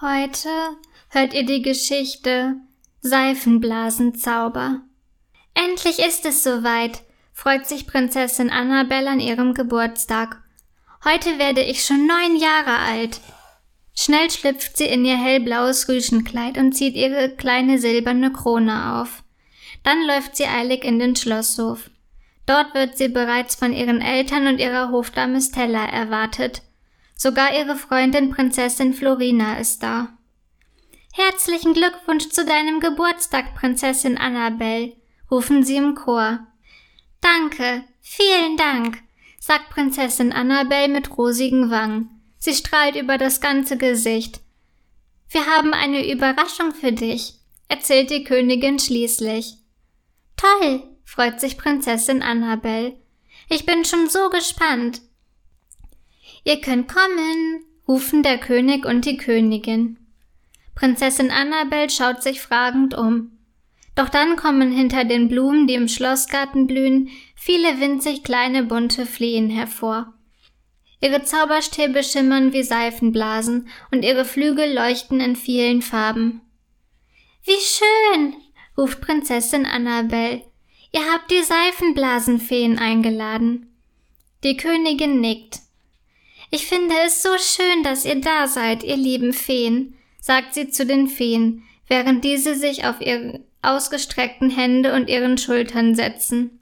Heute hört ihr die Geschichte Seifenblasenzauber. Endlich ist es soweit, freut sich Prinzessin Annabelle an ihrem Geburtstag. Heute werde ich schon 9 Jahre alt. Schnell schlüpft sie in ihr hellblaues Rüschenkleid und zieht ihre kleine silberne Krone auf. Dann läuft sie eilig in den Schlosshof. Dort wird sie bereits von ihren Eltern und ihrer Hofdame Stella erwartet. Sogar ihre Freundin Prinzessin Florina ist da. »Herzlichen Glückwunsch zu deinem Geburtstag, Prinzessin Annabelle«, rufen sie im Chor. »Danke, vielen Dank«, sagt Prinzessin Annabelle mit rosigen Wangen. Sie strahlt über das ganze Gesicht. »Wir haben eine Überraschung für dich«, erzählt die Königin schließlich. »Toll«, freut sich Prinzessin Annabelle. »Ich bin schon so gespannt.« »Ihr könnt kommen«, rufen der König und die Königin. Prinzessin Annabelle schaut sich fragend um. Doch dann kommen hinter den Blumen, die im Schlossgarten blühen, viele winzig kleine bunte Fliehen hervor. Ihre Zauberstäbe schimmern wie Seifenblasen und ihre Flügel leuchten in vielen Farben. »Wie schön«, ruft Prinzessin Annabelle. »Ihr habt die Seifenblasenfeen eingeladen.« Die Königin nickt. »Ich finde es so schön, dass ihr da seid, ihr lieben Feen«, sagt sie zu den Feen, während diese sich auf ihre ausgestreckten Hände und ihren Schultern setzen.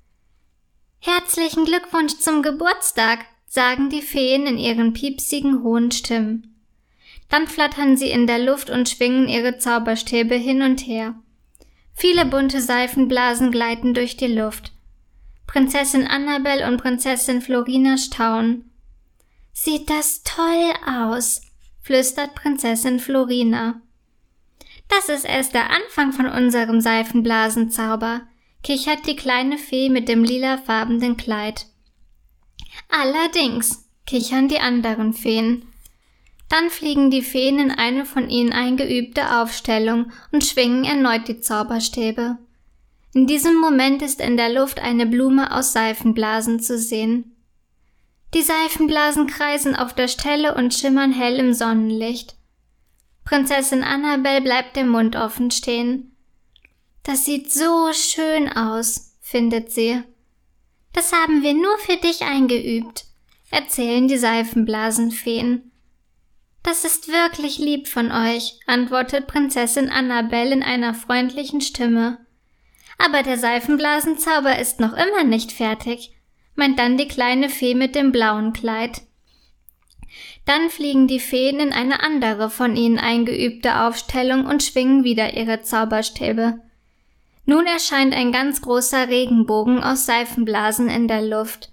»Herzlichen Glückwunsch zum Geburtstag«, sagen die Feen in ihren piepsigen, hohen Stimmen. Dann flattern sie in der Luft und schwingen ihre Zauberstäbe hin und her. Viele bunte Seifenblasen gleiten durch die Luft. Prinzessin Annabelle und Prinzessin Florina staunen. »Sieht das toll aus«, flüstert Prinzessin Florina. »Das ist erst der Anfang von unserem Seifenblasenzauber«, kichert die kleine Fee mit dem lilafarbenen Kleid. »Allerdings«, kichern die anderen Feen. Dann fliegen die Feen in eine von ihnen eingeübte Aufstellung und schwingen erneut die Zauberstäbe. In diesem Moment ist in der Luft eine Blume aus Seifenblasen zu sehen. Die Seifenblasen kreisen auf der Stelle und schimmern hell im Sonnenlicht. Prinzessin Annabelle bleibt der Mund offen stehen. »Das sieht so schön aus«, findet sie. »Das haben wir nur für dich eingeübt«, erzählen die Seifenblasenfeen. »Das ist wirklich lieb von euch«, antwortet Prinzessin Annabelle in einer freundlichen Stimme. »Aber der Seifenblasenzauber ist noch immer nicht fertig«, meint dann die kleine Fee mit dem blauen Kleid. Dann fliegen die Feen in eine andere von ihnen eingeübte Aufstellung und schwingen wieder ihre Zauberstäbe. Nun erscheint ein ganz großer Regenbogen aus Seifenblasen in der Luft.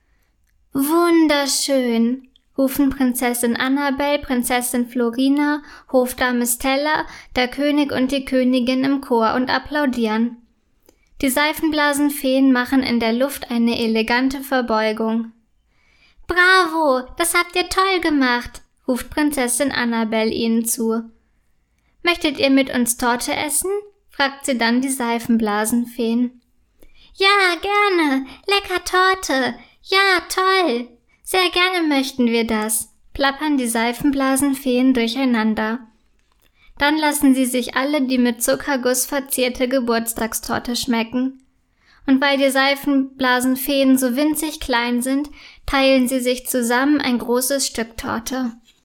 »Wunderschön«, rufen Prinzessin Annabelle, Prinzessin Florina, Hofdame Stella, der König und die Königin im Chor und applaudieren. Die Seifenblasenfeen machen in der Luft eine elegante Verbeugung. »Bravo, das habt ihr toll gemacht«, ruft Prinzessin Annabelle ihnen zu. »Möchtet ihr mit uns Torte essen?«, fragt sie dann die Seifenblasenfeen. »Ja, gerne, lecker Torte, ja, toll, sehr gerne möchten wir das«, plappern die Seifenblasenfeen durcheinander. Dann lassen sie sich alle die mit Zuckerguss verzierte Geburtstagstorte schmecken. Und weil die Seifenblasenfeen so winzig klein sind, teilen sie sich zusammen ein großes Stück Torte.